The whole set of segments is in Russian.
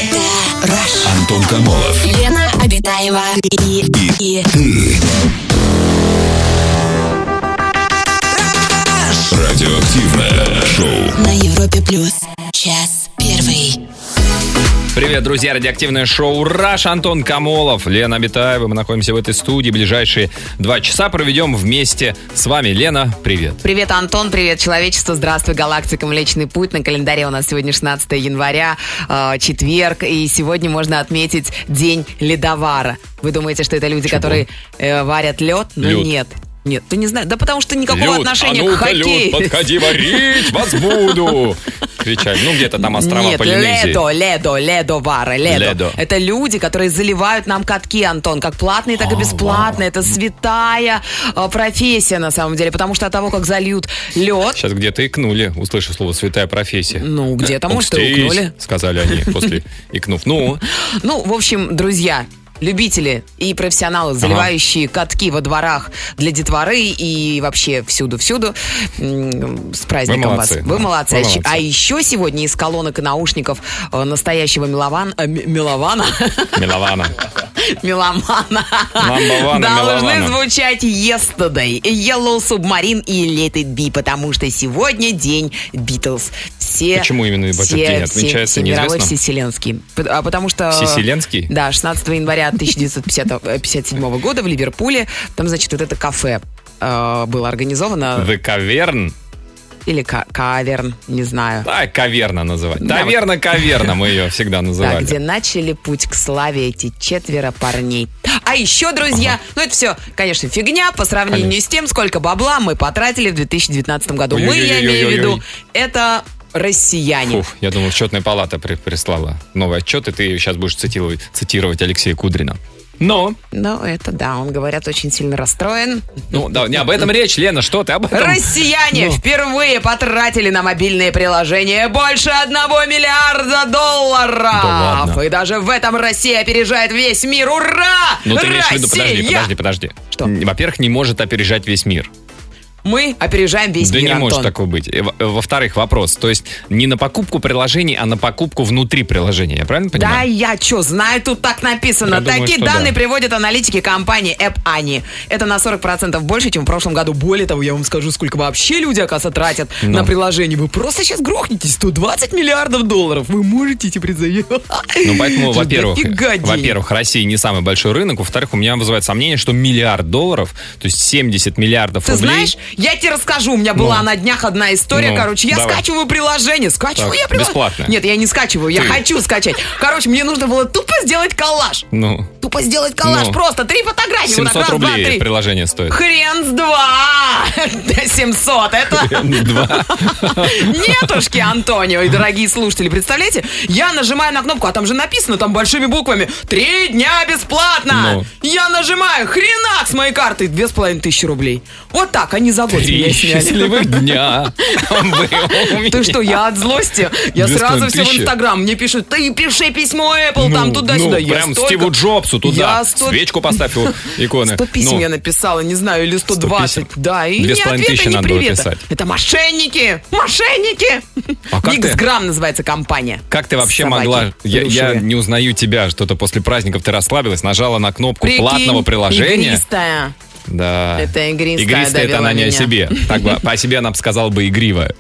Это Rush. Антон Камолов. Лена Обитаева и ты. Радиоактивное шоу на Европе Плюс. Час первый. Привет, друзья, радиоактивное шоу «Раш», Антон Камолов, Лена Обитаева. Мы находимся в этой студии. Ближайшие 2 часа проведем вместе с вами. Лена, привет. Привет, Антон, привет, человечество. Здравствуй, галактика Млечный Путь. На календаре у нас сегодня 16 января, четверг. И сегодня можно отметить День ледовара. Вы думаете, что это люди, Чего? которые варят лед? Но Лед. нет. Нет, ты не знаешь. Да потому что никакого Люд, отношения а к ну-ка, хоккею. Люд, подходи, варить вас буду. Кричали. Ну, где-то там острова Нет, Полинезии. ледо. Это люди, которые заливают нам катки, Антон, как платные, так и бесплатные. Это святая профессия, на самом деле, потому что от того, как зальют лед... Сейчас где-то икнули, услышав слово «святая профессия». Ну, где-то, может, и «Окстись», икнули. сказали они после икнув. Ну, в общем, друзья, любители и профессионалы, заливающие катки во дворах для детворы и вообще всюду-всюду. С праздником вас. Вы молодцы. Вы молодцы. А еще сегодня из колонок и наушников настоящего меломана должны звучать Yesterday, Yellow Submarine и Let It Be, потому что сегодня день Beatles. Почему именно в этот день отмечается, мировой неизвестно? всеселенский. Потому что... Всеселенский? Да, 16 января 1957 года в Ливерпуле. Там, значит, вот это кафе было организовано. The Cavern? Или каверн, не знаю. Да, каверна называть. Да, Таверна-каверна мы ее всегда называли. Да, где начали путь к славе эти 4 парней. А еще, друзья, это все, конечно, фигня по сравнению с тем, сколько бабла мы потратили в 2019 году. Я имею в виду, это... россияне. Фух, я думал, счетная палата прислала новый отчет, и ты сейчас будешь цитировать Алексея Кудрина. Но... это да, он, говорят, очень сильно расстроен. Не об этом речь, Лена, что ты об этом? Россияне впервые потратили на мобильные приложения больше $1 миллиарда. Да ладно. И даже в этом Россия опережает весь мир. Ура! Ну, ты имеешь в виду, Россия! подожди. Что? Во-первых, не может опережать весь мир. Мы опережаем весь мир, Да не Антон. может такого быть. Во-вторых, вопрос. То есть не на покупку приложений, а на покупку внутри приложения. Я правильно понимаю? Да, я что, знаю, тут так написано. Я думаю, Такие что данные да. приводят аналитики компании App Annie. Это на 40% больше, чем в прошлом году. Более того, я вам скажу, сколько вообще люди, оказывается, тратят на приложение. Вы просто сейчас грохнетесь. $120 миллиардов. Вы можете себе представить? Поэтому, Дофига денег. во-первых, Россия не самый большой рынок. Во-вторых, у меня вызывает сомнение, что $1 миллиард, то есть 70 миллиардов Ты рублей. знаешь, я тебе расскажу. У меня была на днях одна история. Я давай. скачиваю приложение. Бесплатно. Нет, я не скачиваю, я хочу скачать. Мне нужно было тупо сделать коллаж. Просто 3 фотографии. 700 раз, рублей 2, 3. приложение стоит. Хрен с 2. 700. Это... Нетушки, Антонио и дорогие слушатели. Представляете? Я нажимаю на кнопку, а там же написано там большими буквами 3 дня бесплатно. Я нажимаю, хренак с моей карты 2500 рублей. Вот так, они за год меня 3 сняли. счастливых дня. Ты что, я от злости? Я сразу все в Инстаграм. Мне пишут, ты пиши письмо Apple, там туда-сюда. Прям Стиву Джобсу туда. Свечку поставь у иконы. 100 писем я написала, не знаю, или 120. Да, и ни 2500 ответа, ни надо было привета. писать. Это мошенники! А как Миксграм называется компания. Как ты вообще Собаки могла... Я плюшевые. не узнаю тебя, что-то после праздников ты расслабилась, нажала на кнопку Прикинь, платного приложения. игристая. Да. Это игристая это довела она не о меня. себе. Так бы, о себе она бы сказала бы игривая.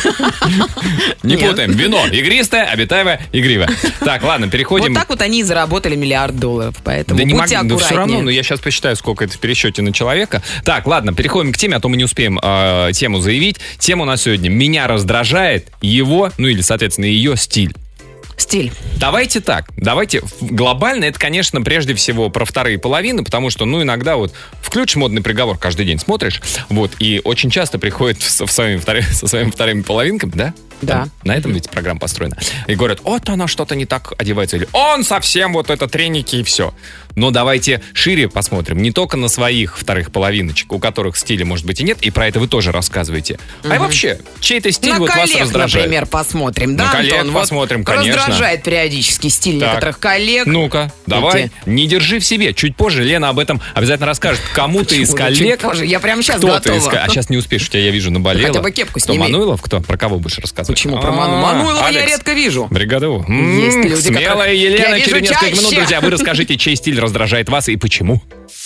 Не путаем. Вино игристое, Обитаева игривая. Так, ладно, переходим. Вот так вот они и заработали $1 миллиард. Поэтому Да не будьте могу, аккуратнее. все равно, но я сейчас посчитаю, сколько это в пересчете на человека. Так, ладно, переходим к теме, а то мы не успеем тему заявить. Тема у нас сегодня: меня раздражает его, или, соответственно, ее стиль. Стиль. Давайте глобально, это, конечно, прежде всего про вторые половины, потому что, иногда включишь модный приговор, каждый день смотришь, и очень часто приходят со своими вторыми половинками, да? Да. На этом ведь программа построена. И говорят, она что-то не так одевается, или он совсем это треники и все. Но давайте шире посмотрим, не только на своих вторых половиночек, у которых стиля, может быть, и нет, и про это вы тоже рассказываете. А и вообще, чей-то стиль на вас коллег, раздражает? например, посмотрим, да, На коллег Антон? посмотрим, конечно. раздражает периодически стиль Так. некоторых коллег. Ну-ка, давай. Эти. Не держи в себе. Чуть позже Лена об этом обязательно расскажет. Кому-то из Чуть коллег... позже. Я прямо сейчас Кто-то готова. А сейчас не успеешь, у тебя, я вижу, наболело. Хотя бы кепку Кто, сними. Мануилов? Кто? Про кого будешь рассказывать? Почему про Мануилова я Алекс. редко вижу. Бригада У. Есть люди, Смелая которых я Елена вижу через несколько чаще. минут, друзья. Вы расскажите, чей стиль раздражает вас и почему.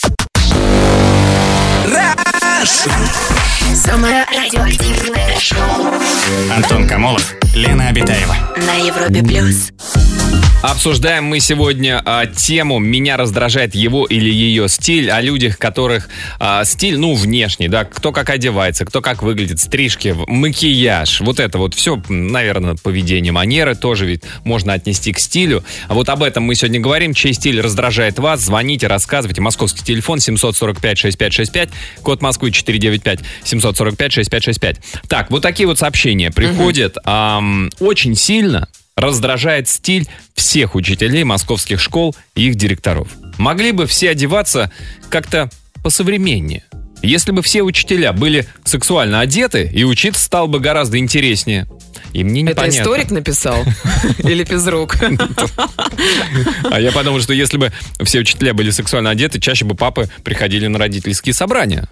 Самое радиоактивное шоу Антон Камолов, Лена Обитаева. на Европе плюс. Обсуждаем мы сегодня тему «Меня раздражает его или ее стиль», о людях, которых стиль, внешний, да, кто как одевается, кто как выглядит, стрижки, макияж, вот это вот все, наверное, поведение, манеры тоже ведь можно отнести к стилю. А вот об этом мы сегодня говорим, чей стиль раздражает вас, звоните, рассказывайте. Московский телефон 745-6565, код Москвы 495, 745-6565. Так, вот такие вот сообщения приходят. Очень сильно раздражает стиль всех учителей московских школ и их директоров. Могли бы все одеваться как-то посовременнее. Если бы все учителя были сексуально одеты, и учиться стало бы гораздо интереснее. И мне Это непонятно. историк написал? Или физрук? А я подумал, что если бы все учителя были сексуально одеты, чаще бы папы приходили на родительские собрания.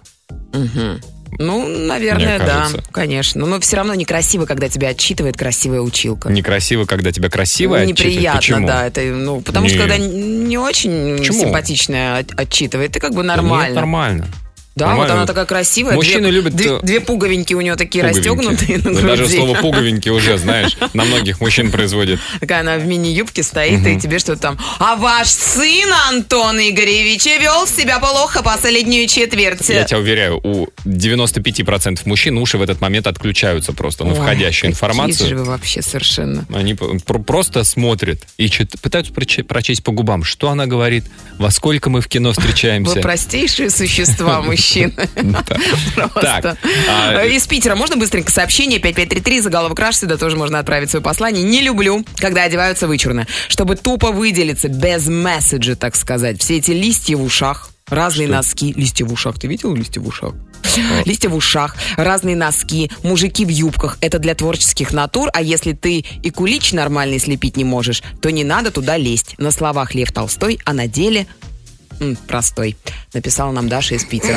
Ну, наверное, Мне да, кажется. конечно. Но все равно некрасиво, когда тебя отчитывает красивая училка. Некрасиво, когда тебя красивая отчитывают. Неприятно, Почему? да. Это, потому что Не. когда не очень Почему? симпатичная отчитывает, это как бы Да нормально. нет, нормально. Да, Нормально. вот она такая красивая. Мужчины любят, Две пуговеньки у нее такие Пуговинки. расстегнутые на Да груди. даже слово пуговинки уже, знаешь, на многих мужчин производит. Такая она в мини-юбке стоит, и тебе что-то там. А ваш сын, Антон Игоревич, вел себя плохо последнюю четверть. Я тебя уверяю, у 95% мужчин уши в этот момент отключаются просто на Ой, входящую какие же информацию. вы вообще совершенно. Они просто смотрят и пытаются прочесть по губам, что она говорит, во сколько мы в кино встречаемся. Вы простейшие существа, мужчины. Просто. Так, Из Питера можно быстренько сообщение 5533, заголовок «Раш», сюда тоже можно отправить свое послание. Не люблю, когда одеваются вычурно, чтобы тупо выделиться, без месседжа, так сказать. Все эти листья в ушах, разные носки. Листья в ушах, ты видел листья в ушах? Листья в ушах, разные носки, мужики в юбках. Это для творческих натур, а если ты и кулич нормальный слепить не можешь, то не надо туда лезть. На словах Лев Толстой, а на деле... простой. Написала нам Даша из Питера.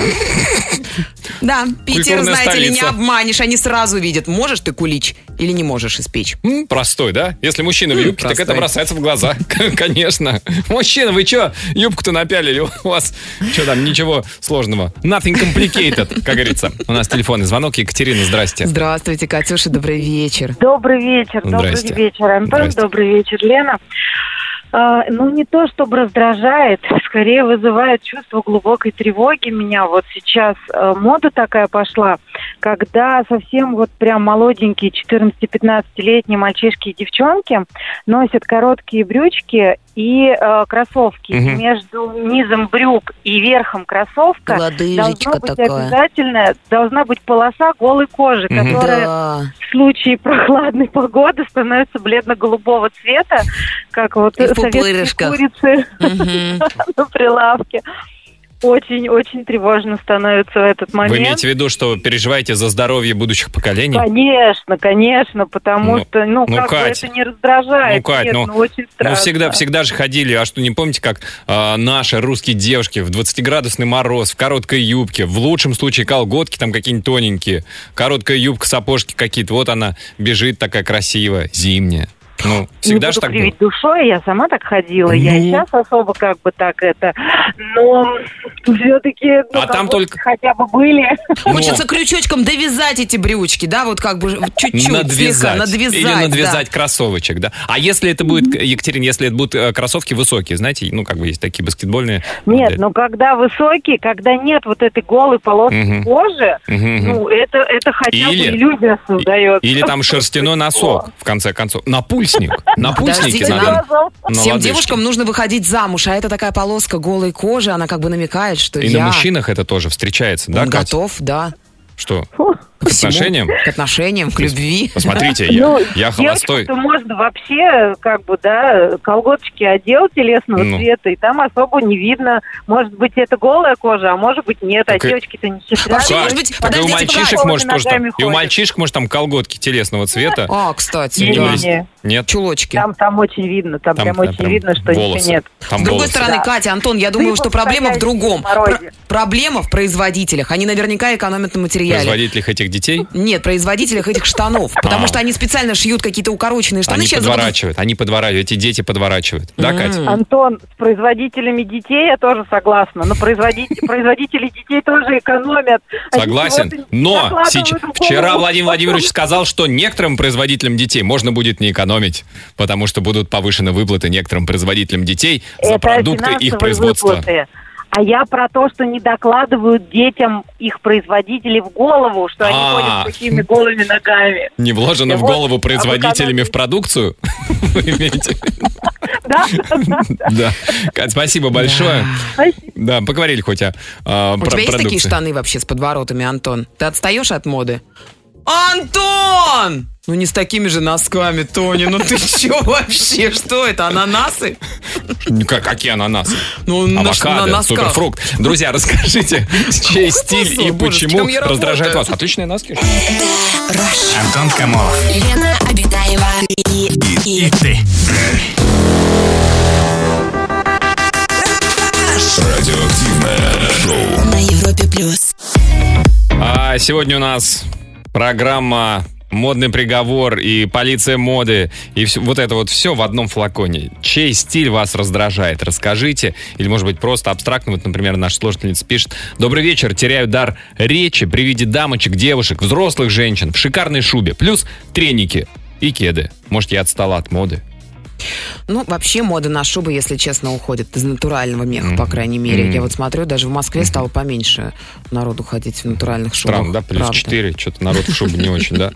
Да, Питер, Культурная знаете ли, не столица. обманешь. Они сразу видят, можешь ты кулич или не можешь испечь. Простой, да? Если мужчина в юбке, так это простой. бросается в глаза. Конечно. Мужчина, вы что, юбку-то напялили? У вас что там, ничего сложного. Nothing complicated, как говорится. У нас телефонный звонок. Екатерина, здрасте. Здравствуйте, Катюша, добрый вечер. Добрый вечер, Здрасте. добрый вечер, Антон, Здрасте. добрый вечер, Лена. Не то, чтобы раздражает, скорее вызывает чувство глубокой тревоги меня. Вот сейчас мода такая пошла, когда совсем вот прям молоденькие 14-15-летние мальчишки и девчонки носят короткие брючки и кроссовки. Мгм. Между низом брюк и верхом кроссовка Лодыжечка должна быть полоса голой кожи, Мгм. которая Да. в случае прохладной погоды становится бледно-голубого цвета, как вот И в советские пупырышках. курицы Мгм. на прилавке. Очень-очень тревожно становится в этот момент. Вы имеете в виду, что переживаете за здоровье будущих поколений? Конечно, потому Ну, что, ну, как бы Кать. это не раздражает. Ну, Кать, Нет, очень страшно. всегда же ходили, а что, не помните, как наши русские девушки в 20-градусный мороз, в короткой юбке, в лучшем случае колготки там какие-нибудь тоненькие, короткая юбка, сапожки какие-то, вот она бежит такая красивая, зимняя. Ну, всегда не же буду так было. кривить душой, я сама так ходила, я и Ну. сейчас особо как бы так это, но все-таки А там только- хотя бы были. Хочется крючочком довязать эти брючки, да, вот как бы чуть-чуть, слегка надвязать. Или да. надвязать кроссовочек, да. А если это будет, Екатерина, если это будут кроссовки высокие, знаете, ну, как бы есть такие баскетбольные. Нет, модели. но когда высокий, когда нет вот этой голой полоски Мгм. кожи, Мгм. ну, это хотя Или- бы иллюзия создается. Или там шерстяной носок, в конце концов. Напульсник. Напульсники Подождите, надо. на Всем лодыжки. девушкам нужно выходить замуж, а это такая полоска голой кожи, она как бы намекает, что И я... на мужчинах это тоже встречается, да, Он Катя? готов, да. Что? Фу. К отношениям? К отношениям, к любви. Посмотрите, я холостой. Девочку-то можно вообще, колготочки одел телесного цвета, и там особо не видно. Может быть, это голая кожа, а может быть, нет. А девочки-то не хитрят. Вообще, может быть, Так и у мальчишек может тоже там. И у ходят. мальчишек может там колготки телесного цвета. Кстати, да. Нет? Чулочки. Там очень видно, там прям очень видно, что волосы. ничего нет. Там С другой волосы. стороны, Катя, Антон, я думаю, что проблема в другом. Морозе. Проблема в производителях. Они наверняка экономят на материале. Производителях этих детей? Нет, производителях этих штанов. Потому что они специально шьют какие-то укороченные штаны. Они Сейчас подворачивают, эти дети подворачивают. Да, Катя? Антон, с производителями детей я тоже согласна, но производители детей тоже экономят. Они Согласен. чего-то Но накладывают в голову. вчера Владимир Владимирович сказал, что некоторым производителям детей можно будет не экономить, потому что будут повышены выплаты некоторым производителям детей за Это продукты их финансовые производства. выплаты. А я про то, что не докладывают детям их производители в голову, что они ходят с такими голыми ногами. Не вложено в Вот, голову производителями экономии. в продукцию? Вы имеете? Да? Да. Кать, спасибо большое. Спасибо. Да, поговорили хоть о У тебя есть такие продукции. штаны вообще с подворотами, Антон? Ты отстаешь от моды? Антон! Ну не с такими же носками, Тони. Ну ты чё вообще? Что это, ананасы? Какие ананасы? Ну, на Авокадо, носках. суперфрукт. Друзья, расскажите, чей стиль и Боже, с почему кем я раздражает работаю? вас. Отличные носки. Антон Камолов. Лена Обитаева и И ты. Радиоактивное шоу. на Европе плюс. А сегодня у нас программа «Модный приговор» и «Полиция моды». И вот это вот все в одном флаконе. Чей стиль вас раздражает? Расскажите. Или, может быть, просто абстрактно. Вот, например, наша слушательница пишет: «Добрый вечер. Теряю дар речи при виде дамочек, девушек, взрослых женщин в шикарной шубе. Плюс треники и кеды. Может, я отстала от моды?» Ну, вообще мода на шубы, если честно, уходит из натурального меха, по крайней мере. Я вот смотрю, даже в Москве стало поменьше народу ходить в натуральных шубах. Странно, да? Плюс Правда. 4. Что-то народ в шубе не очень, да?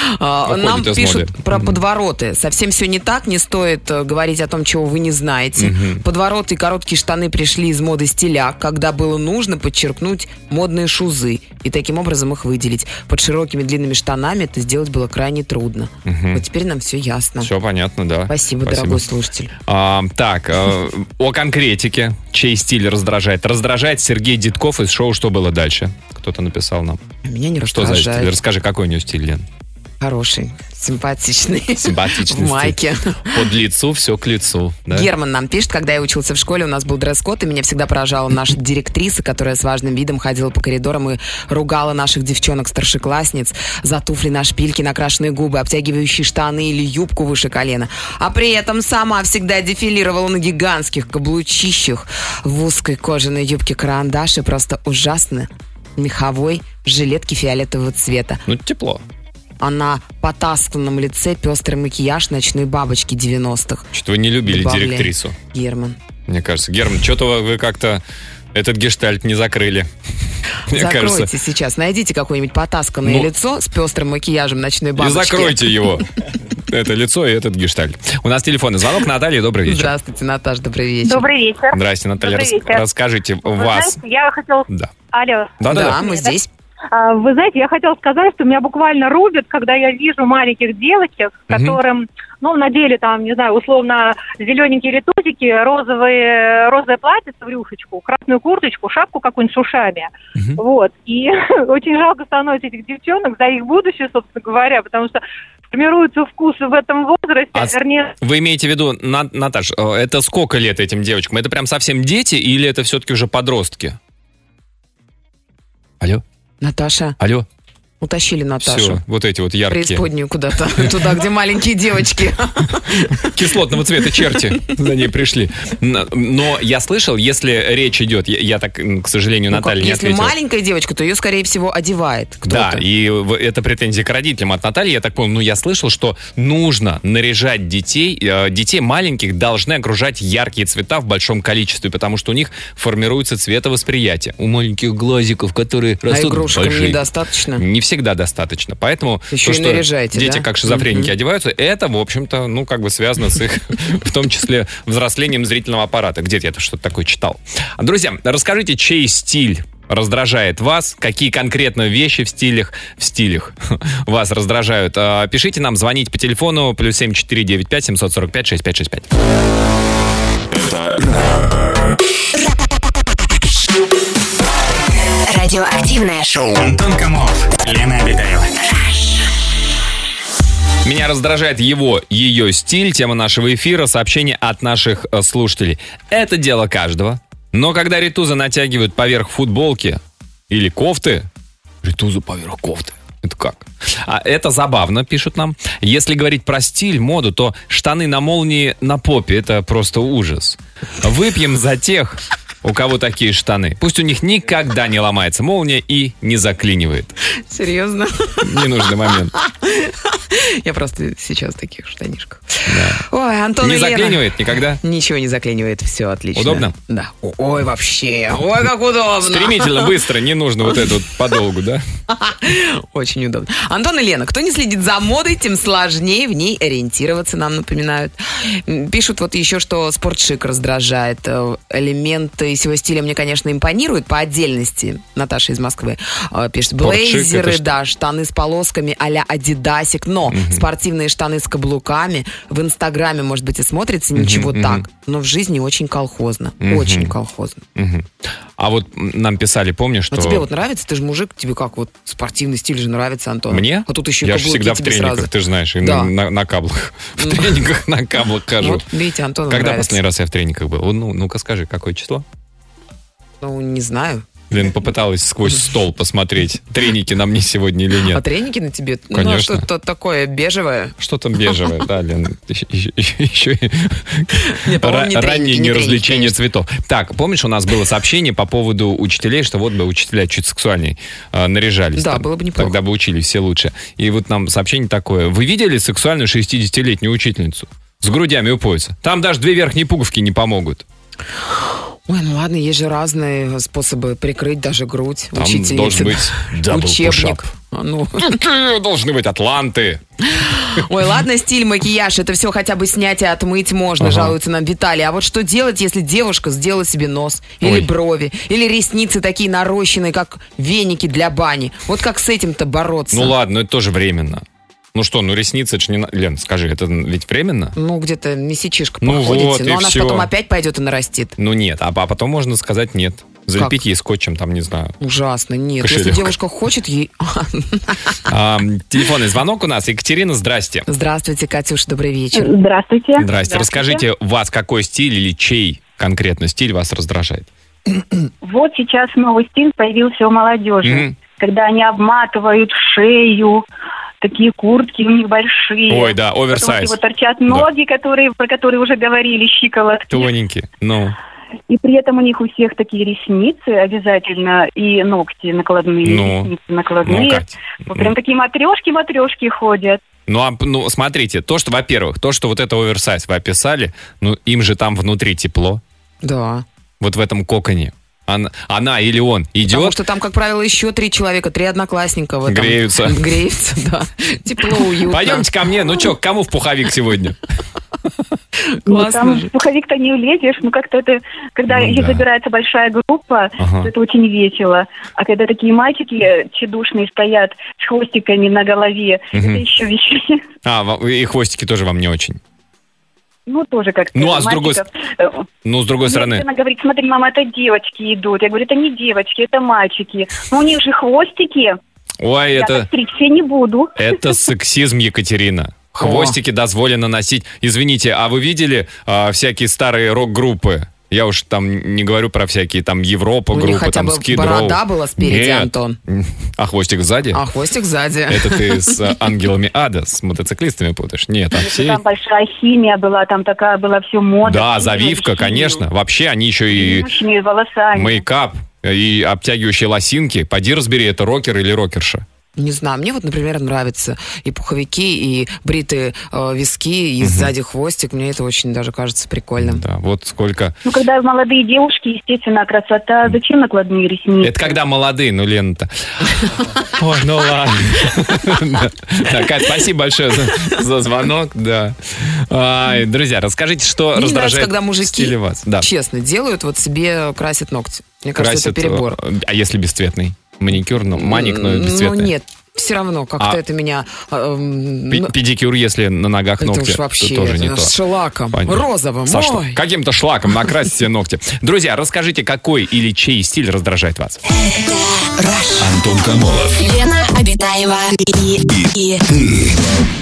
Нам Выходит из пишут моды. про подвороты. Совсем все не так, не стоит говорить о том, чего вы не знаете. Подвороты и короткие штаны пришли из моды стиляк, когда было нужно подчеркнуть модные шузы и таким образом их выделить. Под широкими длинными штанами это сделать было крайне трудно. Вот теперь нам все ясно. Все понятно, да. Спасибо, дорогой слушатель. Так, о конкретике. Чей стиль раздражает? Раздражает Сергей Дедков из шоу «Что было дальше?» Кто-то написал нам. Меня не Что значит? раздражает. Расскажи, какой у него стиль, Лен? Хороший, симпатичный. Симпатичный В майке. стиль. Под лицу, все к лицу. Да? Герман нам пишет: когда я учился в школе, у нас был дресс-код, и меня всегда поражала наша директриса, которая с важным видом ходила по коридорам и ругала наших девчонок-старшеклассниц за туфли на шпильки, накрашенные губы, обтягивающие штаны или юбку выше колена. А при этом сама всегда дефилировала на гигантских каблучищах в узкой кожаной юбке-карандаш и просто ужасно меховой жилетке фиолетового цвета. Ну, тепло. А на потасканном лице пестрый макияж ночной бабочки 90-х. Что-то вы не любили Добавляй. директрису. Герман. Мне кажется. Герман, что-то вы как-то этот гештальт не закрыли. Мне Закройте кажется. сейчас. Найдите какое-нибудь потасканное Ну, лицо с пестрым макияжем ночной И бабочки. закройте его. Это лицо и этот гештальт. У нас телефонный звонок. Наталья, добрый вечер. Здравствуйте, Наташа, добрый вечер. Добрый вечер. Здрасте, Наталья. Добрый вечер. Расскажите, Вы вас... знаете, я хотела... Да. Алло. Да. мы здесь. Вы знаете, я хотела сказать, что меня буквально рубит, когда я вижу маленьких девочек, которым, на деле, там, не знаю, условно, зелененькие ритузики, розовое платье в рюшечку, красную курточку, шапку какую-нибудь с ушами. Вот. И очень жалко становится этих девчонок за их будущее, собственно говоря, потому что формируются вкусы в этом возрасте, вернее... Вы имеете в виду, Наташ, это сколько лет этим девочкам? Это прям совсем дети или это все-таки уже подростки? Алло? Наташа. Алло? Утащили Наташу. Все, вот эти вот яркие. Преисподнюю куда-то. Туда, где маленькие девочки. Кислотного цвета черти за ней пришли. Но я слышал, если речь идет, я так, к сожалению, Наталья не Если ответила. маленькая девочка, то ее, скорее всего, одевает кто-то. Да, и это претензия к родителям от Натальи. Я так понял, я слышал, что нужно наряжать детей. Детей маленьких должны окружать яркие цвета в большом количестве, потому что у них формируется цветовосприятие. У маленьких глазиков, которые растут игрушкам большие. недостаточно? Не всегда достаточно. Поэтому Еще то, и что наряжаете, дети да? как шизофреники одеваются, это, в общем-то, связано с их, в том числе, взрослением зрительного аппарата. Где-то я это что-то такое читал. Друзья, расскажите, чей стиль раздражает вас, какие конкретно вещи в стилях вас раздражают. Пишите нам, звоните по телефону +7 495 745 6565. Радиоактивное шоу. Антон Камолов, Лена Обитаева. Меня раздражает ее стиль, тема нашего эфира, сообщение от наших слушателей. Это дело каждого. Но когда ритузы натягивают поверх футболки или кофты... Ритузы поверх кофты. Это как? Это забавно, пишут нам. Если говорить про стиль, моду, то штаны на молнии на попе — это просто ужас. Выпьем за тех, у кого такие штаны. Пусть у них никогда не ломается молния и не заклинивает. Серьезно? Ненужный момент. Я просто сейчас в таких штанишках. Да. Ой, Антон не и Лена. заклинивает никогда? Ничего не заклинивает, все отлично. Удобно? Да. Ой, вообще. Ой, как удобно. Стремительно, быстро, не нужно вот это вот подолгу, да? Очень удобно. Антон и Лена, кто не следит за модой, тем сложнее в ней ориентироваться, нам напоминают. Пишут вот еще, что спортшик раздражает. Элементы сего стиля мне, конечно, импонируют по отдельности. Наташа из Москвы пишет. Блейзеры, да, штаны с полосками а-ля Адидасик, но спортивные штаны с каблуками в Инстаграме, может быть, и смотрится ничего так, но в жизни очень колхозно. Очень колхозно. А вот нам писали, помнишь, что... А тебе вот нравится? Ты же мужик, тебе как вот спортивный стиль же нравится, Антон? Мне? А тут еще я каблуки же всегда в тебе трениках, сразу. ты же знаешь, и Да. на каблах. В трениках на каблах хожу. Вот, видите, Антону Когда нравится. последний раз я в трениках был? Ну-ка скажи, какое число? Ну, не знаю. Лена попыталась сквозь стол посмотреть, треники на мне сегодня или А нет. треники на тебе? Конечно. Ну, что-то такое бежевое. Что там бежевое, да, Лен? Еще и Не, по-моему, не треники, раннее не неразвлечение треники, цветов. Так, помнишь, у нас было сообщение по поводу учителей, что вот бы учителя чуть сексуальней наряжались. Да, там. было бы неплохо. Тогда бы учились все лучше. И вот нам сообщение такое. Вы видели сексуальную 60-летнюю учительницу? С грудями у пояса. Там даже 2 верхние пуговки не помогут. Ой, ну ладно, есть же разные способы прикрыть даже грудь. Там Учительницы. должен быть double Учебник. push-up. Ну. Должны быть атланты. Ой, ладно, стиль, макияж, это все хотя бы снять и отмыть можно, жалуется нам Виталий. А вот что делать, если девушка сделала себе нос, или Ой. брови, или ресницы такие нарощенные, как веники для бани? Вот как с этим-то бороться? Ну ладно, это тоже временно. Ну что, ресницы, это ж не... Лен, скажи, это ведь временно? Ну, где-то месячишка Ну походите, вот, и но она ж всё. потом опять пойдет и нарастит. Ну нет, а потом можно сказать нет. Залепить ей скотчем, там, не знаю. Ужасно, нет. Если Кошелек. девушка хочет, ей... Телефонный звонок у нас. Екатерина, здрасте. Здравствуйте, Катюш, добрый вечер. Здравствуйте. Здрасте. Расскажите, у вас какой стиль или чей конкретно стиль вас раздражает? Вот сейчас новый стиль появился у молодежи. Мгм. Когда они обматывают шею, такие куртки у них большие. Ой, да, Потом оверсайз. вот торчат ноги, про которые уже говорили, щиколотки. Тоненький. Ну, И при этом у них у всех такие ресницы обязательно, и ногти накладные, Ну. ресницы накладные. Кать. Вот прям такие матрешки ходят. Ну, смотрите, во-первых, то, что вот это оверсайз вы описали, ну, им же там внутри тепло. Да. Вот в этом коконе. Она или он Потому идет, что там, как правило, еще 3 человека, 3 одноклассника в этом. Греются. Греются, да. Тепло, уютно. пойдемте ко мне. Ну что, к кому в пуховик сегодня? Классно Там же. в пуховик-то не улезешь, как-то это, когда Ну их да. собирается большая группа, Ага. то это очень весело. А когда такие мальчики тщедушные стоят с хвостиками на голове, это еще веселее. И хвостики тоже вам не очень. Ну, тоже как-то. Ну, а с другой мальчиков. Ну, с другой стороны... Она говорит, смотри, мама, это девочки идут. Я говорю, это не девочки, это мальчики. Но у них же хвостики. Ой, Я это... так стричь все не буду. Это сексизм, Екатерина. Хвостики дозволено носить. Извините, а вы видели всякие старые рок-группы? Я уж там не говорю про всякие там Европа У них группы, хотя там бы Skid Row. борода была спереди, Нет. Антон. А хвостик сзади? А хвостик сзади. Это ты с ангелами ада, с мотоциклистами путаешь? Нет, там все... Там большая химия была, там такая была все мода. Да, завивка, конечно. Вообще, они еще и Мощными волосами. мейкап, и обтягивающие лосинки. Поди разбери, это рокер или рокерша. Не знаю, мне вот, например, нравятся и пуховики, и бритые виски, и сзади хвостик. Мне это очень даже кажется прикольным. Да, вот сколько... Ну, когда молодые девушки, естественно, красота. Зачем накладные ресницы? Это когда молодые, ну, Лена-то. Ой, ну ладно. Да, Кать, спасибо большое за звонок, да. Друзья, расскажите, что Мне не нравится, раздражает когда в мужики, стиле вас. Да. честно, делают, вот себе красят ногти. Мне кажется, это перебор. А если бесцветный? Маникюр, маник, но бесцветный. Ну нет, все равно как-то это меня... Педикюр, если на ногах ногти, это уж вообще, то тоже не то. С шлаком, розовым. Каким-то шлаком накрасить себе ногти. Друзья, расскажите, какой или чей стиль раздражает вас? Антон Камолов. Лена Обитаева и ты.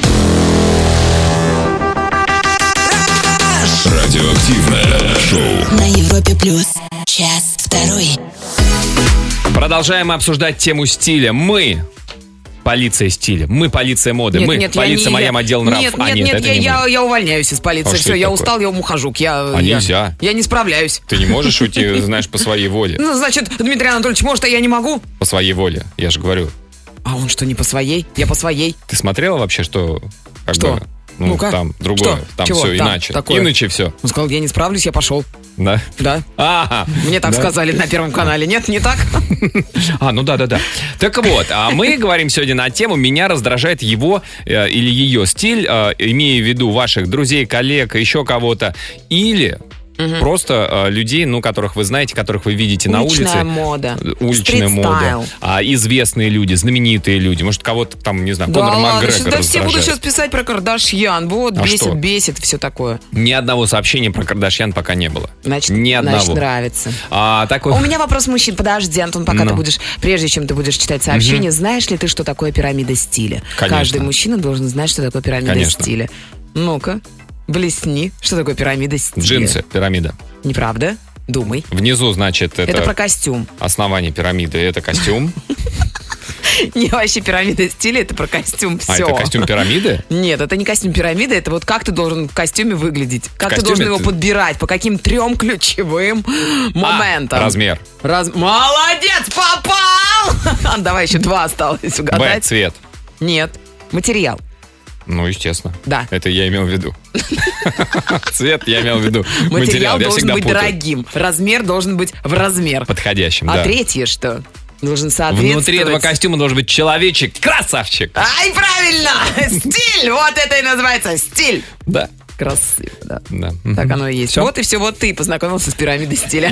Радиоактивное шоу. На Европе Плюс. Час второй. Продолжаем обсуждать тему стиля. Мы полиция стиля. Мы полиция моды. Мы полиция моя отдел нрав. Нет, я увольняюсь из полиции. Все, я устал, я ухожу. Нельзя. Я не справляюсь. Ты не можешь уйти, знаешь, по своей воле. Ну, значит, Дмитрий Анатольевич может, а я не могу? По своей воле, я же говорю. А он что, не по своей? Я по своей. Ты смотрела вообще, что... Что? Ну-ка. Там другое. Что? Там Чего? все Там иначе. такое? Иначе все. Он сказал, я не справлюсь, я пошел. Да? Да. Мне так сказали на Первом канале. Нет, не так? Ну да. Так вот, мы говорим сегодня на тему «Меня раздражает его или ее стиль», имея в виду ваших друзей, коллег, еще кого-то, или... Просто людей, которых вы знаете, которых вы видите на улице. Уличная мода. Уличная мода. Известные люди, знаменитые люди. Может, кого-то там, не знаю, Конор Макгрегор раздражает. Все будут сейчас писать про Кардашьян. Вот, бесит, все такое. Ни одного сообщения про Кардашьян пока не было. Значит, ни одного. Значит, нравится. У меня вопрос, мужчин. Подожди, Антон, пока ты будешь, прежде чем ты будешь читать сообщение, знаешь ли ты, что такое пирамида стиля? Конечно. Каждый мужчина должен знать, что такое пирамида стиля. Ну-ка. Блесни. Что такое пирамида стиля? Джинсы, пирамида. Неправда? Думай. Внизу, значит, это про костюм. Основание пирамиды, это костюм. Не, вообще пирамида стиля, это про костюм, все. Это костюм пирамиды? Нет, это не костюм пирамиды, это вот как ты должен в костюме выглядеть. Как ты должен его подбирать, по каким 3 ключевым моментам. Размер. Молодец, попал! Давай, еще 2 осталось угадать. Цвет. Нет, материал. Ну, естественно. Да. Это я имел в виду. Цвет я имел в виду. Материал должен быть дорогим. Размер должен быть в размер. Подходящим, да. А третье что? Должен соответствовать... Внутри этого костюма должен быть человечек-красавчик. Ай, правильно! Стиль! Вот это и называется стиль! Да. Красиво, да. Так оно и есть. Все? Вот и все, вот ты познакомился с пирамидой стиля.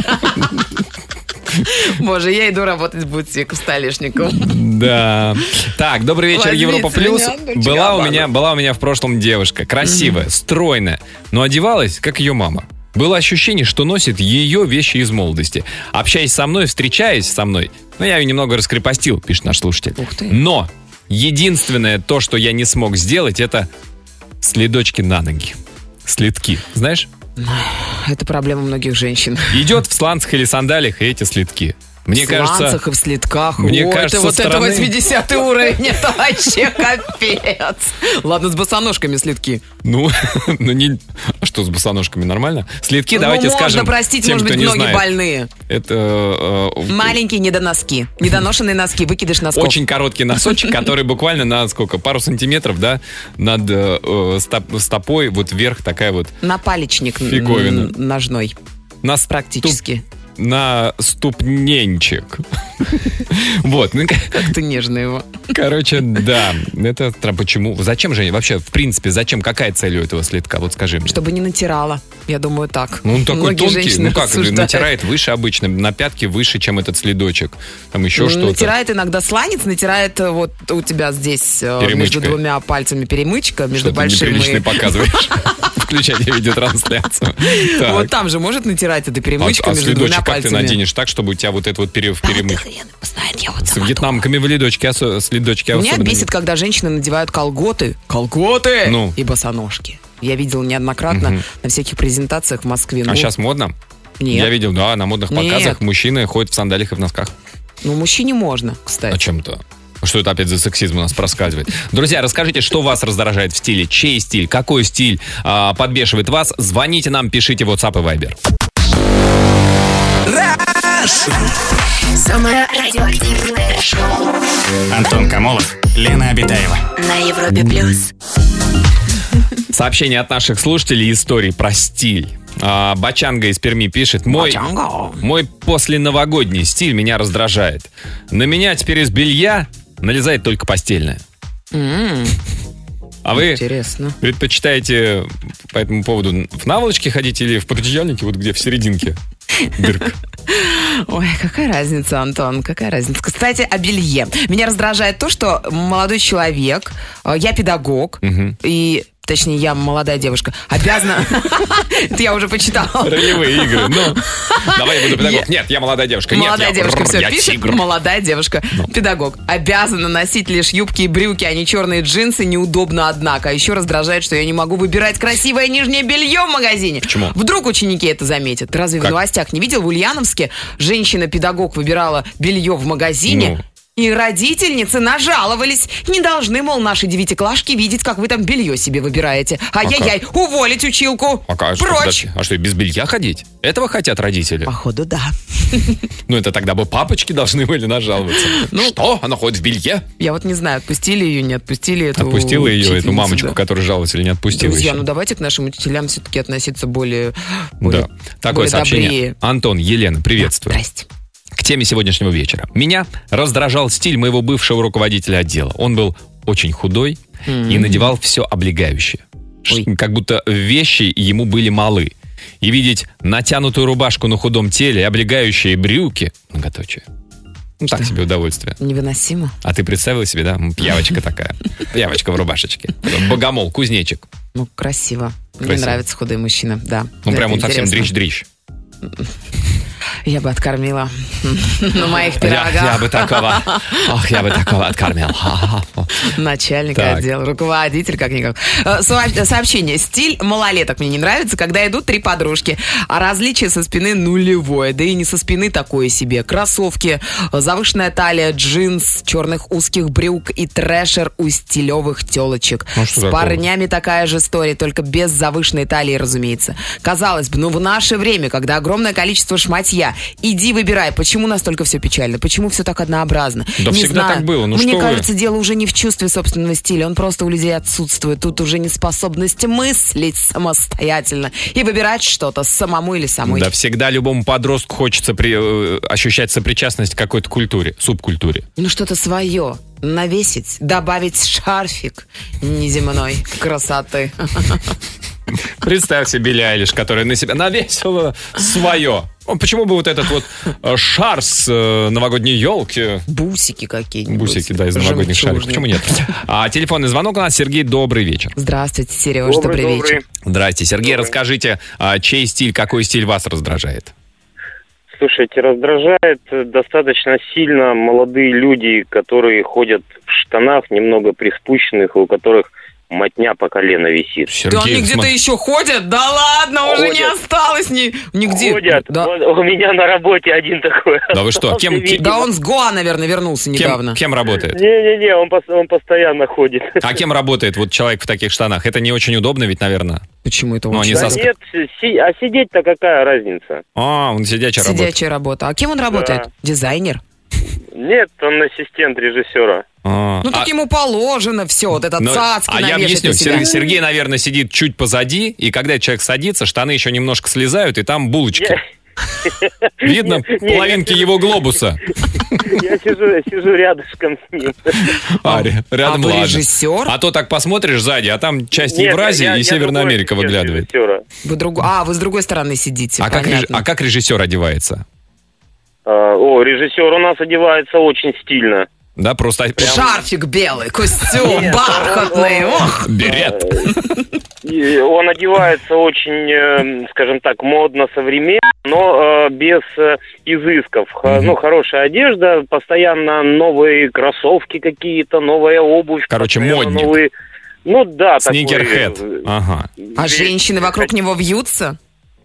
Боже, я иду работать в бутик Столешником. Да. Так, добрый вечер, Европа Плюс. Была у меня в прошлом девушка. Красивая, стройная, но одевалась, как ее мама. Было ощущение, что носит ее вещи из молодости. Общаясь со мной, встречаясь со мной, я ее немного раскрепостил, пишет наш слушатель. Ух ты. Но единственное то, что я не смог сделать, это следочки на ноги. Следки, знаешь? Это проблема многих женщин. Идет в сланцах или сандалиях, и эти следки. Мне кажется... В сланцах и в следках. Мне кажется, это 80-й уровень. Это вообще капец. Ладно, с босоножками следки. Не... А что с босоножками, нормально? Следки, давайте скажем... Можно простить, тем, может быть, ноги знает. Больные. Это... Маленькие недоноски. Недоношенные носки, выкидыш носков. Очень короткий носочек, который буквально на сколько? Пару сантиметров, да? Над стопой, вот вверх такая вот... Напалечник фиговина. Ножной. Практически. На ступненчик. Вот. Как-то нежно его. Короче, да. Это почему? Зачем же вообще, в принципе, зачем? Какая цель у этого следка? Вот скажи мне. Чтобы не натирала. Я думаю, так. Он такой тонкий. Как? Рассуждают. Натирает выше обычно. На пятке выше, чем этот следочек. Там еще что-то. Натирает иногда сланец, натирает вот у тебя здесь между 2 пальцами перемычка, между большими. Неприлично показываешь. Включайте видеотрансляцию. Вот там же может натирать эта перемычка между 2 пальцами. Как ты наденешь так, чтобы у тебя вот это вот в перемычке? С вьетнамками в следочки особенно. Меня бесит, когда женщины надевают колготы. Колготы! И босоножки. Я видел неоднократно на всяких презентациях в Москве. А сейчас модно? Нет. Я видел, да, на модных показах мужчины ходят в сандалиях и в носках. Мужчине можно, кстати. А чем-то? Что это опять за сексизм у нас проскальзывает? Друзья, расскажите, что вас раздражает в стиле? Чей стиль? Какой стиль подбешивает вас? Звоните нам, пишите в WhatsApp и Viber. Самое радиоактивное шоу Антон Камолов, Лена Обитаева. на Европе Плюс. Сообщение от наших слушателей, истории про стиль. Бачанга из Перми пишет: мой посленовогодний стиль меня раздражает. На меня теперь из белья налезает только постельное. А вы предпочитаете по этому поводу в наволочке ходить или в пододеяльнике, вот где в серединке дырка? Ой, какая разница, Антон, какая разница. Кстати, о белье. Меня раздражает то, что молодой человек, я педагог, и... Точнее, я молодая девушка. Обязана... Это я уже почитала. Ролевые игры. Ну, давай я буду педагог. Нет, я молодая девушка. Молодая девушка все я пишет. тигр. Молодая девушка. Педагог. Обязана носить лишь юбки и брюки, а не черные джинсы. Неудобно, однако. А еще раздражает, что я не могу выбирать красивое нижнее белье в магазине. Почему? Вдруг ученики это заметят. Ты разве в новостях не видел? В Ульяновске женщина-педагог выбирала белье в магазине. И родительницы нажаловались. Не должны, мол, наши девятиклашки видеть, как вы там белье себе выбираете. Ай-яй-яй, уволить училку. Прочь. А что, без белья ходить? Этого хотят родители? Походу, да. Ну, это тогда бы папочки должны были нажаловаться. Что? Она ходит в белье? Я вот не знаю, отпустили ее, не отпустили эту Отпустила ее, эту мамочку, да. которая жаловалась, или не отпустила Друзья, еще? ну давайте к нашим учителям все-таки относиться более Да. Такое сообщение. добрее. Антон, Елена, приветствую. Здрасте. К теме сегодняшнего вечера. Меня раздражал стиль моего бывшего руководителя отдела. Он был очень худой и надевал все облегающее. Как будто вещи ему были малы. И видеть натянутую рубашку на худом теле и облегающие брюки, многоточие. Ну, так себе удовольствие. Невыносимо. А ты представила себе, да? Пьявочка такая. Пьявочка в рубашечке. Богомол, кузнечик. Ну, красиво. Мне Красиво. нравятся худые мужчины, да. Ну, Да, прям он это совсем интересно. дрищ-дрищ. Я бы откормила на моих Я пирогах. бы такого... Ох, я бы такого откормил. Начальник Так. отдела, руководитель, как-никак. Сообщение. Стиль малолеток мне не нравится, когда идут три подружки. А различие со спины нулевое. Да и не со спины такое себе. Кроссовки, завышенная талия, джинс, черных узких брюк и трэшер у стилевых телочек. Ну, что С такого? парнями такая же история, только без завышенной талии, разумеется. Казалось бы, ну в наше время, когда огромное количество шматья, иди выбирай. Почему настолько все печально? Почему все так однообразно? Да Не всегда знаю. так было. Ну Мне что вы? кажется, дело уже не в чувстве собственного стиля. Он просто у людей отсутствует. Тут уже неспособность мыслить самостоятельно и выбирать что-то самому или самой. Да всегда любому подростку хочется ощущать сопричастность к какой-то культуре, субкультуре. Ну что-то свое. Навесить, добавить шарфик неземной красоты. Представь себе Билли Айлиш, которая на себя навесила свое. Ну, почему бы вот этот вот шар с новогодней елки? Бусики какие-нибудь. Бусики, да, из новогодних шариков. Почему нет? Телефонный звонок у нас. Сергей, добрый вечер. Здравствуйте, Сереж, добрый вечер. Здрасте, Сергей, расскажите, чей стиль, какой стиль вас раздражает? Слушайте, раздражает достаточно сильно молодые люди, которые ходят в штанах, немного приспущенных, у которых мотня по колено висит. Да они где-то еще ходят? Да ладно, уже не осталось нигде. Ходят. Да. Вот у меня на работе один такой. Да вы что, кем- Да он с Гоа, наверное, вернулся недавно. Кем работает? Не-не-не, он постоянно ходит. А кем работает вот человек в таких штанах? Это не очень удобно ведь, наверное? Почему это Ну, очень? они Да соск- нет, а сидеть-то какая разница? Он сидячая работает. Сидячая работа. А кем он работает? Дизайнер? Нет, он ассистент режиссера. Ну так ему положено все, вот этот цацки я навешать объясню. на себя. Сергей, наверное, сидит чуть позади, и когда человек садится, штаны еще немножко слезают, и там булочки. Видно половинки его глобуса. Я сижу рядышком с ним. Рядом вы ладно. режиссер? А то так посмотришь сзади, а там часть Нет, Евразии я и Северная другой Америка ассистент выглядывает. режиссера. Вы с другой стороны сидите, А понятно. как режиссер одевается? Режиссер у нас одевается очень стильно. Да, просто... Шарфик белый, костюм бархатный. Ох. Берет. И он одевается очень, скажем так, модно, современно, но без изысков. Ну, хорошая одежда, постоянно новые кроссовки какие-то, новая обувь. Короче, постоянно модник. новые... Ну да, Сникерхед. Ага. А женщины вокруг него вьются?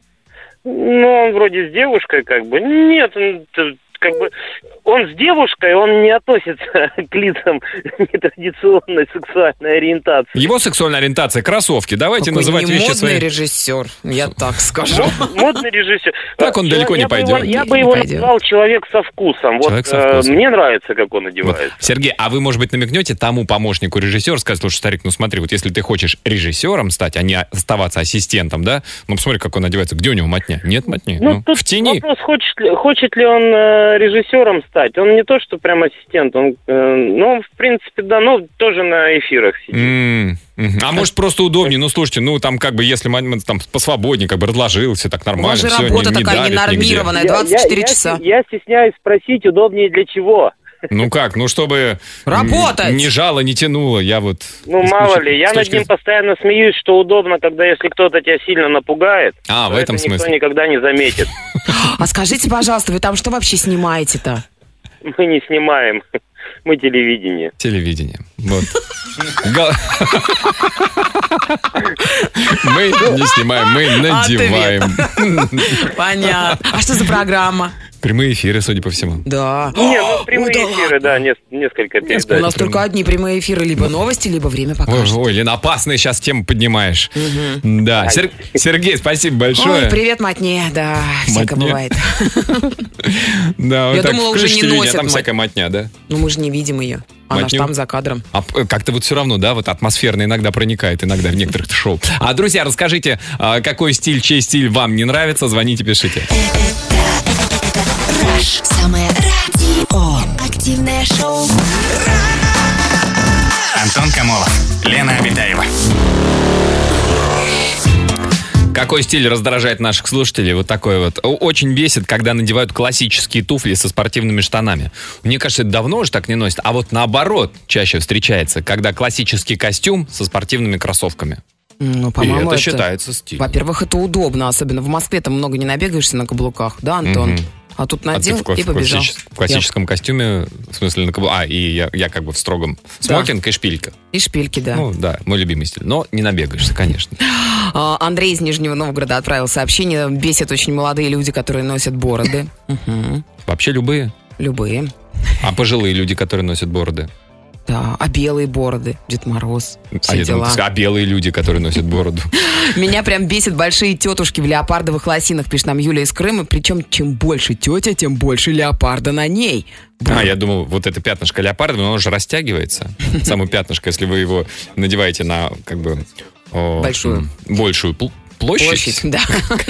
Ну, он вроде с девушкой, как бы. Нет, как бы он с девушкой, он не относится к лицам нетрадиционной сексуальной ориентации. Его сексуальная ориентация — кроссовки. Давайте Какой называть вещи немодный своими. режиссер, я так скажу. Модный режиссер. Так он далеко не пойдет. Я бы его назвал человек со вкусом. Вот Человек со вкусом. мне нравится, как он одевается. Сергей, а вы, может быть, намекнете тому помощнику режиссера, сказать: слушай, старик, ну смотри, вот если ты хочешь режиссером стать, а не оставаться ассистентом, да, ну посмотри, как он одевается. Где у него мотня? Нет мотни? Ну, тут в тени. вопрос, хочет ли он режиссером стать. Он не то, что прям ассистент, он, ну, в принципе, да, ну, тоже на эфирах сидит. А может, просто удобнее? Ну, слушайте, ну, там, как бы, если там посвободнее, как бы разложился, так нормально. У вас же все, работа не такая давит нигде. ненормированная, 24 часа. Я стесняюсь спросить, удобнее для чего? Ну как, ну чтобы работать. Не жало, не тянуло, я вот... Ну, мало ли, я над ним постоянно смеюсь, что удобно, когда если кто-то тебя сильно напугает, в этом это никто смысле. никогда не заметит. А скажите, пожалуйста, вы там что вообще снимаете-то? Мы не снимаем, мы телевидение. Телевидение, вот. Мы не снимаем, мы надеваем. Понятно. А что за программа? Прямые эфиры, судя по всему. Да. Не, ну прямые эфиры, да, несколько передач. У нас только одни прямые эфиры, либо новости, либо время покажет. Ой, Лена, опасные сейчас темы поднимаешь. Да, Сергей, спасибо большое. Ой, привет, матне, да, всякое бывает. Да, я думала, уже не носят. Там всякая матня, да? Ну, мы же не видим ее. Она ж там за кадром. А как-то вот все равно, да, вот атмосферно иногда проникает, иногда в некоторых шоу. А, друзья, расскажите, какой стиль, чей стиль вам не нравится, звоните, пишите. Самое радио. Активное шоу. Антон Камолов, Лена Обитаева. Какой стиль раздражает наших слушателей? Вот такой вот. Очень бесит, когда надевают классические туфли со спортивными штанами. Мне кажется, это давно уже так не носят. А вот наоборот чаще встречается, когда классический костюм со спортивными кроссовками. Ну, по-моему, это считается стилем. Во-первых, это удобно, особенно в Москве там много не набегаешься на каблуках, да, Антон? А тут надел и побежал. В классическом костюме, в смысле на каблуках. И я как бы в строгом смокинг и шпилька. И шпильки, да. Ну да, мой любимый стиль. Но не набегаешься, конечно. Андрей из Нижнего Новгорода отправил сообщение. Бесят очень молодые люди, которые носят бороды. Вообще любые? Любые. А пожилые люди, которые носят бороды? Да, а белые бороды, Дед Мороз, все дела. А белые люди, которые носят бороду? Меня прям бесит большие тетушки в леопардовых лосинах, пишет нам Юлия из Крыма. Причем, чем больше тетя, тем больше леопарда на ней. Я думал, вот это пятнышко леопарда, но оно же растягивается. Само пятнышко, если вы его надеваете на, как бы... большую площадь, да.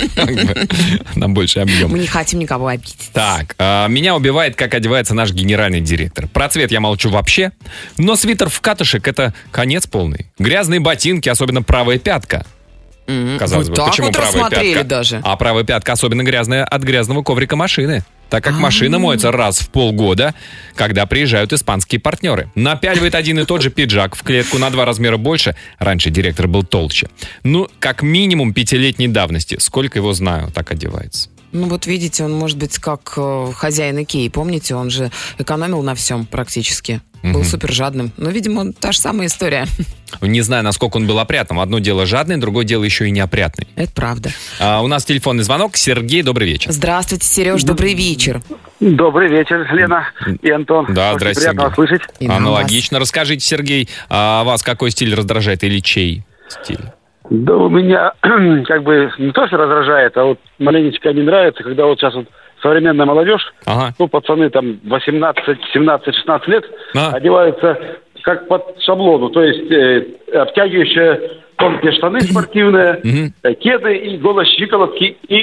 На больший объем. Мы не хотим никого обидеть. Так, меня убивает, как одевается наш генеральный директор. Про цвет я молчу вообще, но свитер в катышек — это конец полный. Грязные ботинки, особенно правая пятка. Казалось бы, почему правая пятка? Даже. А правая пятка особенно грязная от грязного коврика машины. Так как машина моется раз в полгода, когда приезжают испанские партнеры. Напяливает один и тот же пиджак в клетку на 2 размера больше. Раньше директор был толще. Ну, как минимум 5-летней давности. Сколько его знаю, так одевается. Ну вот видите, он может быть как хозяин Икеи. Помните, он же экономил на всем практически. Был супер жадным. Но, видимо, та же самая история. Не знаю, насколько он был опрятным. Одно дело жадный, другое дело еще и неопрятный. Это правда. У нас телефонный звонок. Сергей, добрый вечер. Здравствуйте, Сереж, добрый вечер. Добрый вечер, Лена и Антон. Да, здравствуйте, приятно вас слышать. Аналогично. Расскажите, Сергей, а вас какой стиль раздражает или чей стиль? Да у меня как бы не то, что раздражает, а вот маленечко не нравится, когда вот сейчас вот современная молодежь, ну, пацаны там 18, 17, 16 лет, одеваются как под шаблону, то есть обтягивающие тонкие штаны спортивные, кеды и голые щиколотки, и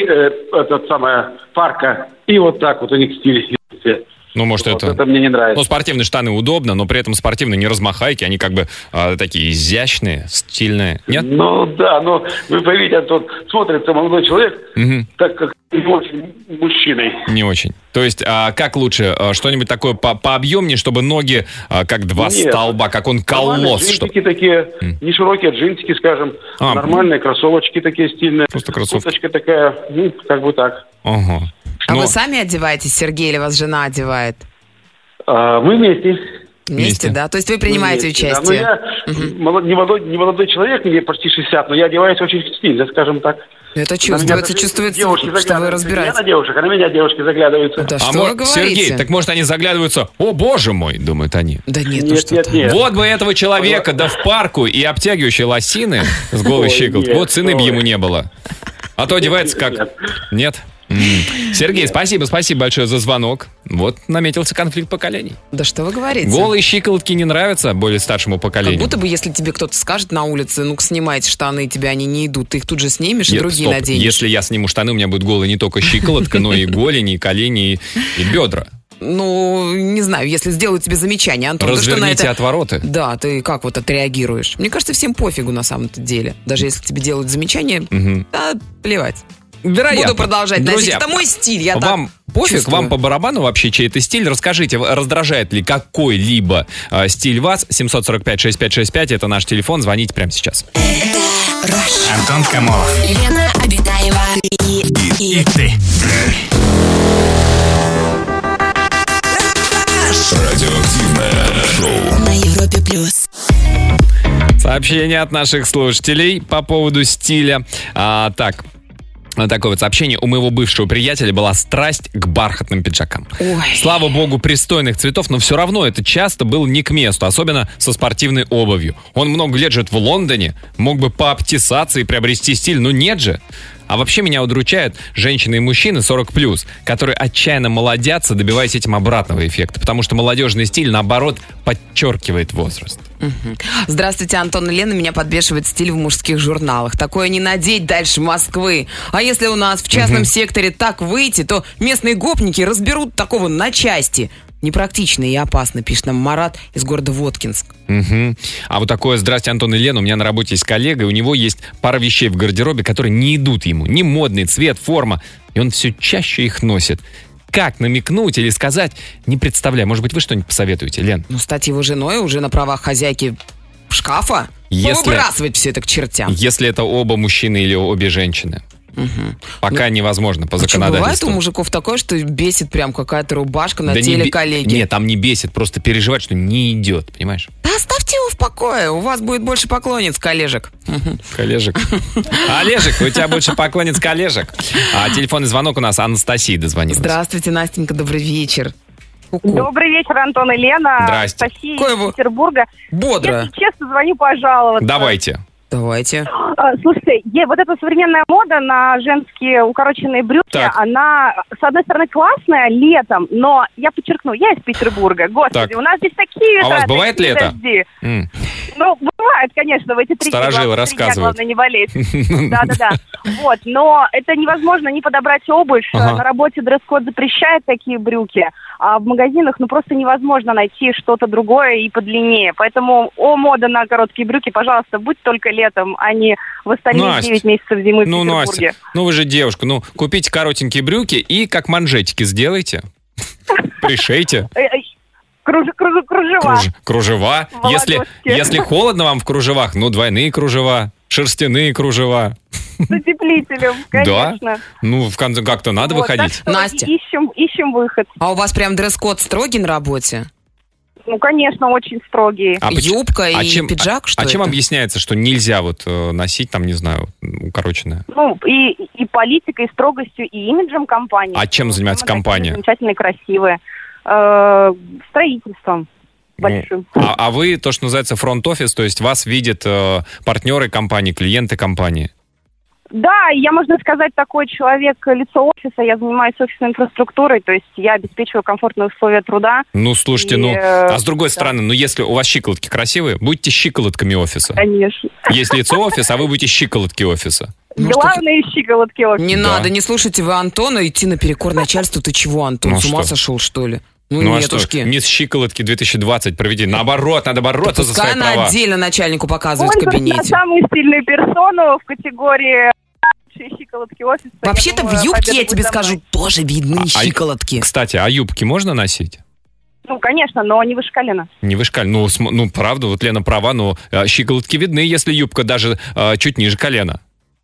парка. И вот так вот у них стиль. Ну, может, вот это мне не нравится. Ну, спортивные штаны удобно, но при этом спортивные не размахайки, они как бы такие изящные, стильные. Нет? Ну, да, но вы поймите, Антон, смотрится молодой человек, так как не очень мужчиной. Не очень. То есть, как лучше, что-нибудь такое пообъемнее, чтобы ноги как два столба, как он колосс. Джинсики такие, не широкие джинсики, скажем, нормальные кроссовочки такие стильные. Просто кроссовки. Курточка такая, ну, как бы так. Ага. А вы сами одеваетесь, Сергей, или вас жена одевает? Мы вместе. Вместе, да? То есть вы принимаете участие? Да. Но я не молодой человек, мне почти 60, но я одеваюсь очень стильно, скажем так. Это чувствуется, что вы разбираетесь. На девушек, а на меня девушки заглядываются. Да что вы говорите? Сергей, так может они заглядываются, о боже мой, думают они. Да нет. Вот бы этого человека, да в парку и обтягивающие лосины с голой щиколоткой, вот цены бы ему не было. А то одевается как... Нет? Сергей, спасибо большое за звонок. Вот наметился конфликт поколений. Да что вы говорите? Голые щиколотки не нравятся более старшему поколению. Как будто бы, если тебе кто-то скажет на улице, ну-ка снимайте штаны, тебе они не идут, ты их тут же снимешь и другие наденешь. Если я сниму штаны, у меня будет голая не только щиколотка, но и голени, и колени, и бедра. Ну, не знаю, если сделают тебе замечание, Антон, разверните отвороты. Да, ты как вот отреагируешь? Мне кажется, всем пофигу на самом-то деле. Даже если тебе делают замечание, да, плевать. Вероятно. Буду продолжать носить. Это мой стиль, я вам так пофиг, чувствую. вам по барабану вообще чей-то стиль. Расскажите, раздражает ли какой-либо стиль вас? 745-6565, это наш телефон, звоните прямо сейчас. Антон Камолов. Лена Обитаева И ты. Радиоактивное шоу на Европе плюс. Сообщение от наших слушателей по поводу стиля. Такое вот сообщение. У моего бывшего приятеля была страсть к бархатным пиджакам. Ой. Слава богу, пристойных цветов, но все равно это часто было не к месту, особенно со спортивной обувью. Он много лет живет в Лондоне, мог бы пообтесаться и приобрести стиль, но нет же. А вообще меня удручают женщины и мужчины 40+, которые отчаянно молодятся, добиваясь этим обратного эффекта, потому что молодежный стиль, наоборот, подчеркивает возраст. Здравствуйте, Антон и Лена. Меня подбешивает стиль в мужских журналах. Такое не надеть дальше Москвы. А если у нас в частном секторе так выйти, то местные гопники разберут такого на части. Непрактично и опасно, пишет нам Марат из города Воткинск. А вот такое: здрасте, Антон и Лена, у меня на работе есть коллега, и у него есть пара вещей в гардеробе, которые не идут ему. Не модный цвет, форма, и он все чаще их носит. Как намекнуть или сказать, не представляю. Может быть, вы что-нибудь посоветуете, Лен? Ну, стать его женой уже на правах хозяйки шкафа, выбрасывать все это к чертям. Если это оба мужчины или обе женщины. Пока невозможно по законодательству. Бывает у мужиков такое, что бесит прям какая-то рубашка на теле коллеги? Нет, там не бесит, просто переживать, что не идет, понимаешь? Да оставьте его в покое, у вас будет больше поклонниц, коллежек. Коллежек. Олежек, у тебя больше поклонниц коллежек. А телефонный звонок у нас Анастасия дозвонилась. Здравствуйте, Настенька, добрый вечер. Добрый вечер, Антон и Лена. Здрасте. Анастасия из Петербурга. Бодро. Если честно, звоню пожаловаться. Давайте. Слушайте, вот эта современная мода на женские укороченные брюки, она, с одной стороны, классная летом, но, я подчеркну, я из Петербурга, господи, у нас здесь такие ветра. А у вас бывает лето? Ну, бывает, конечно, в эти 3 дня, главное, не болеть. Да-да-да. Вот, но это невозможно не подобрать обувь. На работе дресс-код запрещает такие брюки, а в магазинах, ну, просто невозможно найти что-то другое и подлиннее. Поэтому, мода на короткие брюки, пожалуйста, будь только летом, а не в остальные 9 месяцев зимы в Петербурге. Настя, вы же девушка, купите коротенькие брюки и как манжетики сделайте. Пришейте. Кружева. Кружева. Если холодно вам в кружевах, двойные кружева, шерстяные кружева. С утеплителем, конечно. Да? Как-то надо выходить. Настя. Ищем выход. А у вас прям дресс-код строгий на работе? Ну, конечно, очень строгие. Юбка и пиджак, что это? А чем это? объясняется, что нельзя носить, не знаю, укороченное? И политикой, и строгостью, и имиджем компании. А чем занимается компания? Замечательные, красивые. Строительством большим. А вы, то, что называется фронт-офис, то есть вас видят партнеры компании, клиенты компании? Да, я, можно сказать, такой человек, лицо офиса. Я занимаюсь офисной инфраструктурой, то есть я обеспечиваю комфортные условия труда. Слушайте, а с другой стороны, если у вас щиколотки красивые, будьте щиколотками офиса. Конечно. Есть лицо офиса, а вы будете щиколотки офиса. Главные щиколотки офиса. Не надо, не слушайте вы Антона, идти наперекор начальству. Ты чего, Антон, с ума сошел, что ли? Нетушки. Не с щиколотки 2020 проведи. Наоборот, надо бороться за свои права. Пускай она отдельно начальнику показывает в кабинете. Он самую сильную персону в категории щиколотки офиса. Вообще-то в юбке, я тебе скажу, тоже видны щиколотки. Кстати, а юбки можно носить? Конечно, но не выше колена. Не выше колена. Правда, вот Лена права, но щиколотки видны, если юбка даже чуть ниже колена.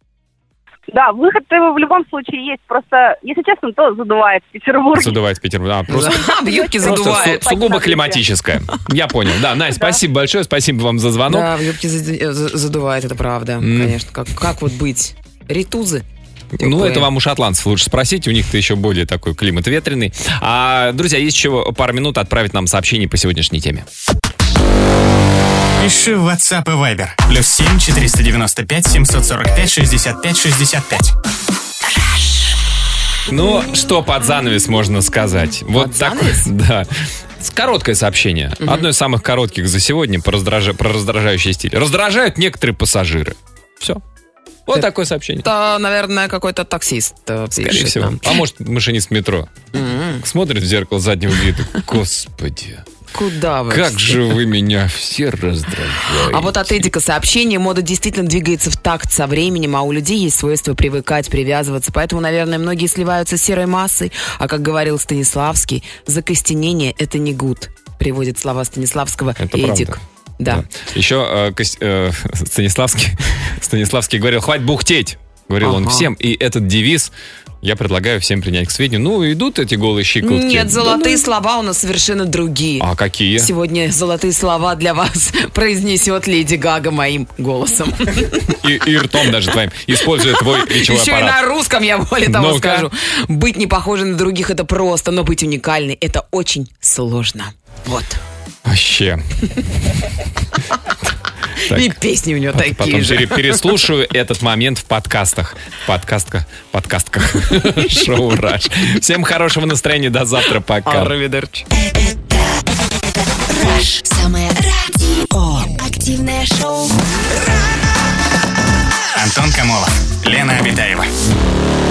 Да, выход в любом случае есть. Просто, если честно, то задувает в Петербурге. Задувает в Петербурге. Просто в юбке задувает. Сугубо климатическое. Я понял. Да, Настя, спасибо большое. Спасибо вам за звонок. Да, в юбке задувает, это правда. Конечно. Как вот быть? Ритузы. Это вам у шотландцев лучше спросить, у них-то еще более такой климат ветреный. Друзья, есть еще пару минут отправить нам сообщение по сегодняшней теме. Пиши в WhatsApp и Viber. +7 495 745 65 65. Ну, что под занавес можно сказать? Вот так, да. Короткое сообщение. Одно из самых коротких за сегодня про раздражающий стиль. Раздражают некоторые пассажиры. Все. Вот такое сообщение. Это, наверное, какой-то таксист. Скорее всего. Нам. А может, машинист метро. Смотрит в зеркало заднего вида. Господи. Куда вы? Как же вы меня все раздражаете. А вот от Эдика сообщение. Мода действительно двигается в такт со временем, а у людей есть свойство привыкать, привязываться. Поэтому, наверное, многие сливаются с серой массой. А как говорил Станиславский, закостенение – это не гуд. Приводит слова Станиславского это Эдик. Правда. Да. Еще Станиславский говорил: хватит бухтеть. Говорил он всем. И этот девиз я предлагаю всем принять к сведению. Ну, идут эти голые щиколотки. Нет, золотые слова у нас совершенно другие. А какие? Сегодня золотые слова для вас произнесет Леди Гага моим голосом. И ртом даже твоим. Используя твой речевой аппарат. Еще и на русском, я более того скажу. Быть не похожим на других — это просто, но быть уникальной — это очень сложно. Вот. Вообще. Так. И песни у него такие потом же. Переслушаю этот момент в подкастках. Шоу «Раш». Всем хорошего настроения. До завтра. Пока. Аривидерчи. Раш. Самое радио. Активное шоу. Антон Камолов, Лена Обитаева.